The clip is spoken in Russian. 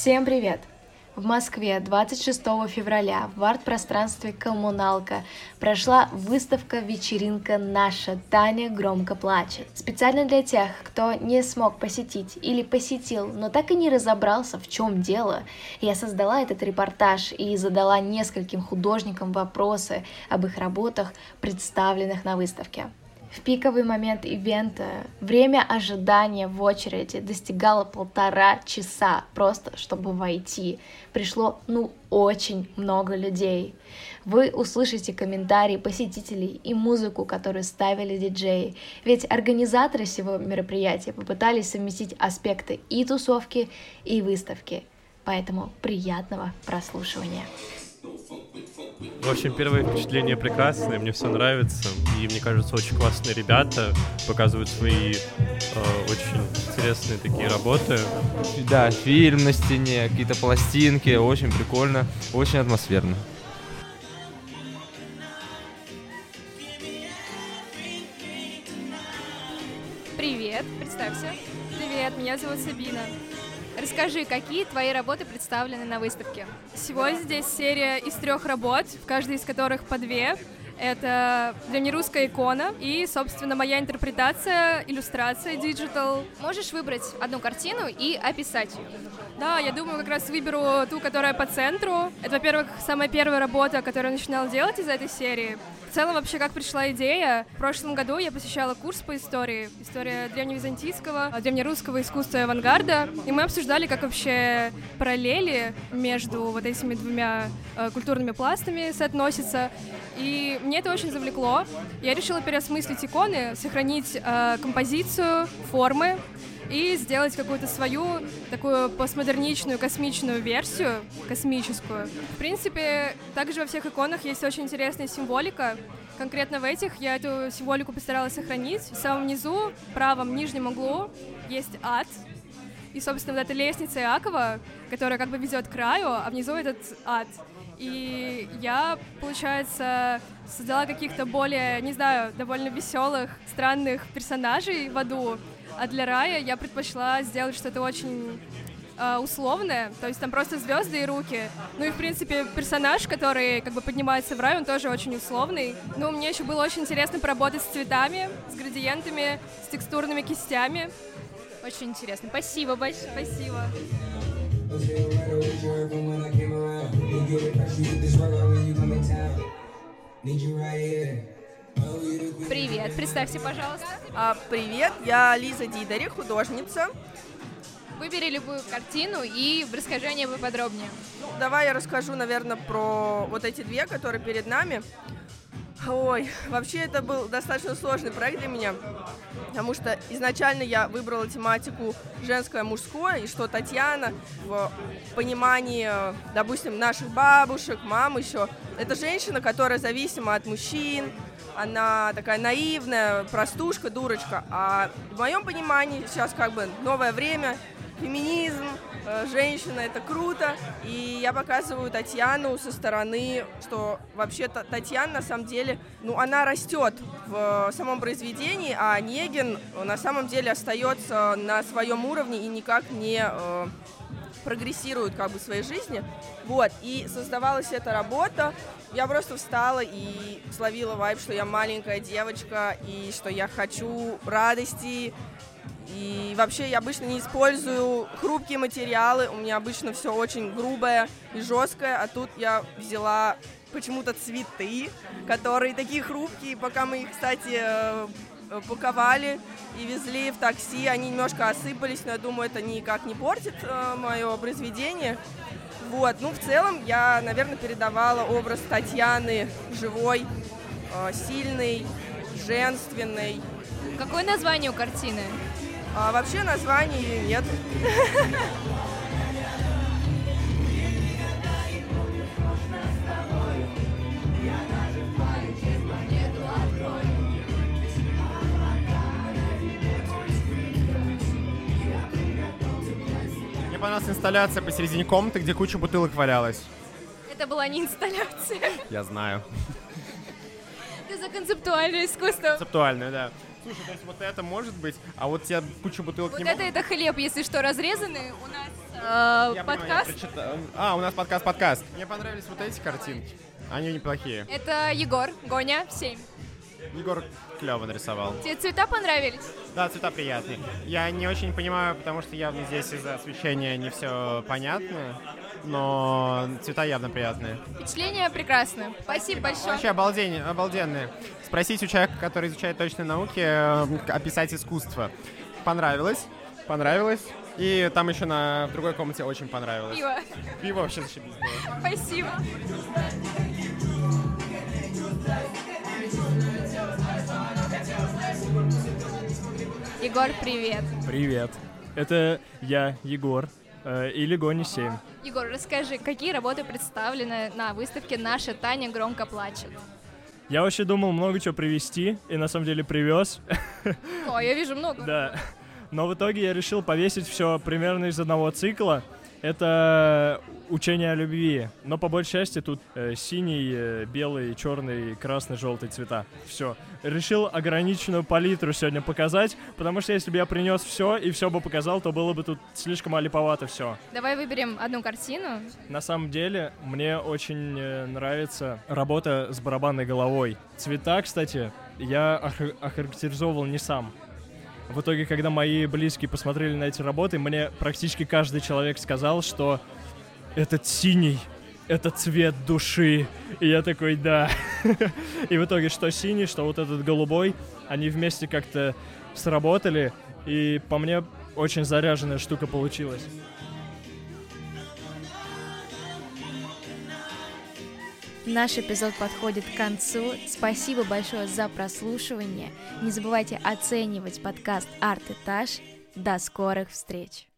Всем привет! В Москве 26 февраля в арт-пространстве «Коммуналка» прошла выставка-вечеринка «Наша Таня громко плачет». Специально для тех, кто не смог посетить или посетил, но так и не разобрался, в чем дело, я создала этот репортаж и задала нескольким художникам вопросы об их работах, представленных на выставке. В пиковый момент ивента время ожидания в очереди достигало 1,5 часа, просто чтобы войти. Пришло, очень много людей. Вы услышите комментарии посетителей и музыку, которую ставили диджеи. Ведь организаторы всего мероприятия попытались совместить аспекты и тусовки, и выставки. Поэтому приятного прослушивания. В общем, первые впечатления прекрасные, мне все нравится, и мне кажется, очень классные ребята показывают свои очень интересные такие работы. Да, фильм на стене, какие-то пластинки, очень прикольно, очень атмосферно. Привет, представься. Привет, меня зовут Сабина. Расскажи, какие твои работы представлены на выставке? Сегодня здесь серия из 3 работ, в каждой из которых по 2. Это древнерусская икона и, собственно, моя интерпретация, иллюстрация, диджитал. Можешь выбрать одну картину и описать ее? Да, я думаю, как раз выберу ту, которая по центру. Это, во-первых, самая первая работа, которую я начинала делать из этой серии. В целом, вообще, как пришла идея? В прошлом году я посещала курс по истории. История древневизантийского, древнерусского искусства и авангарда. И мы обсуждали, как вообще параллели между вот этими 2 культурными пластами соотносятся. И мне это очень завлекло. Я решила переосмыслить иконы, сохранить композицию, формы и сделать какую-то свою такую постмодерничную космичную версию, космическую. В принципе, также во всех иконах есть очень интересная символика. Конкретно в этих я эту символику постаралась сохранить. В самом низу, в правом нижнем углу, есть ад. И, собственно, вот эта лестница Иакова, которая как бы ведет к краю, а внизу этот ад. И я, получается, создала каких-то более, не знаю, довольно веселых, странных персонажей в аду. А для рая я предпочла сделать что-то очень условное, то есть там просто звезды и руки. Ну и, в принципе, персонаж, который как бы поднимается в рай, он тоже очень условный. Ну, мне еще было очень интересно поработать с цветами, с градиентами, с текстурными кистями. Очень интересно. Спасибо большое. Спасибо. Привет, представься, пожалуйста. Привет, я Лиза Дидари, художница. Выбери любую картину и расскажи о ней поподробнее. Давай я расскажу, наверное, про вот эти 2, которые перед нами. Ой, вообще это был достаточно сложный проект для меня, потому что изначально я выбрала тематику женское-мужское, и что Татьяна в понимании, допустим, наших бабушек, мам еще, это женщина, которая зависима от мужчин, она такая наивная, простушка, дурочка, а в моем понимании сейчас как бы новое время, феминизм, женщина — это круто, и я показываю Татьяну со стороны, что вообще-то Татьяна на самом деле, она растет в самом произведении, а Онегин на самом деле остается на своем уровне и никак не прогрессирует как бы в своей жизни. Вот, и создавалась эта работа, я просто встала и словила вайб, что я маленькая девочка, и что я хочу радости. И вообще я обычно не использую хрупкие материалы, у меня обычно все очень грубое и жесткое, а тут я взяла почему-то цветы, которые такие хрупкие, пока мы их, кстати, паковали и везли в такси, они немножко осыпались, но я думаю, это никак не портит мое произведение. Вот, в целом я, наверное, передавала образ Татьяны живой, сильной, женственной. Какое название у картины? Вообще названий нет. Мне понравилась инсталляция посередине комнаты, где куча бутылок валялась. Это была не инсталляция. Я знаю. Это за концептуальное искусство. Концептуальная, да. Слушай, то есть вот это может быть, а вот тебе кучу бутылок Вот не могут? это хлеб, если что, разрезанный. У нас Я понимаю, я подкаст. прочитал. У нас подкаст. Мне понравились вот эти картинки. Они неплохие. Это Егор, Гоня, 7. Егор клево нарисовал. Тебе цвета понравились? Да, цвета приятные. Я не очень понимаю, потому что явно здесь из-за освещения не все понятно, но цвета явно приятные. Впечатление прекрасное. Спасибо большое. Вообще обалденные. Спросить у человека, который изучает точные науки, описать искусство. Понравилось. И там еще в другой комнате очень понравилось. Пиво. Пиво вообще зашибись было. Спасибо. Егор, привет. Привет. Это я, Егор, или Гони 7. Егор, расскажи, какие работы представлены на выставке «Наша Таня громко плачет»? Я вообще думал много чего привезти, и на самом деле привез. О, я вижу много. Да. Но в итоге я решил повесить все примерно из одного цикла. Это учение о любви. Но по большей части тут синий, белый, черный, красный, желтый цвета. Все. Решил ограниченную палитру сегодня показать, потому что если бы я принес все и все бы показал, то было бы тут слишком олиповато все. Давай выберем одну картину. На самом деле, мне очень нравится работа с барабанной головой. Цвета, кстати, я охарактеризовал не сам. В итоге, когда мои близкие посмотрели на эти работы, мне практически каждый человек сказал, что этот синий — это цвет души. И я такой, да. И в итоге, что синий, что вот этот голубой, они вместе как-то сработали. И по мне очень заряженная штука получилась. Наш эпизод подходит к концу. Спасибо большое за прослушивание. Не забывайте оценивать подкаст «Арт-Этаж». До скорых встреч!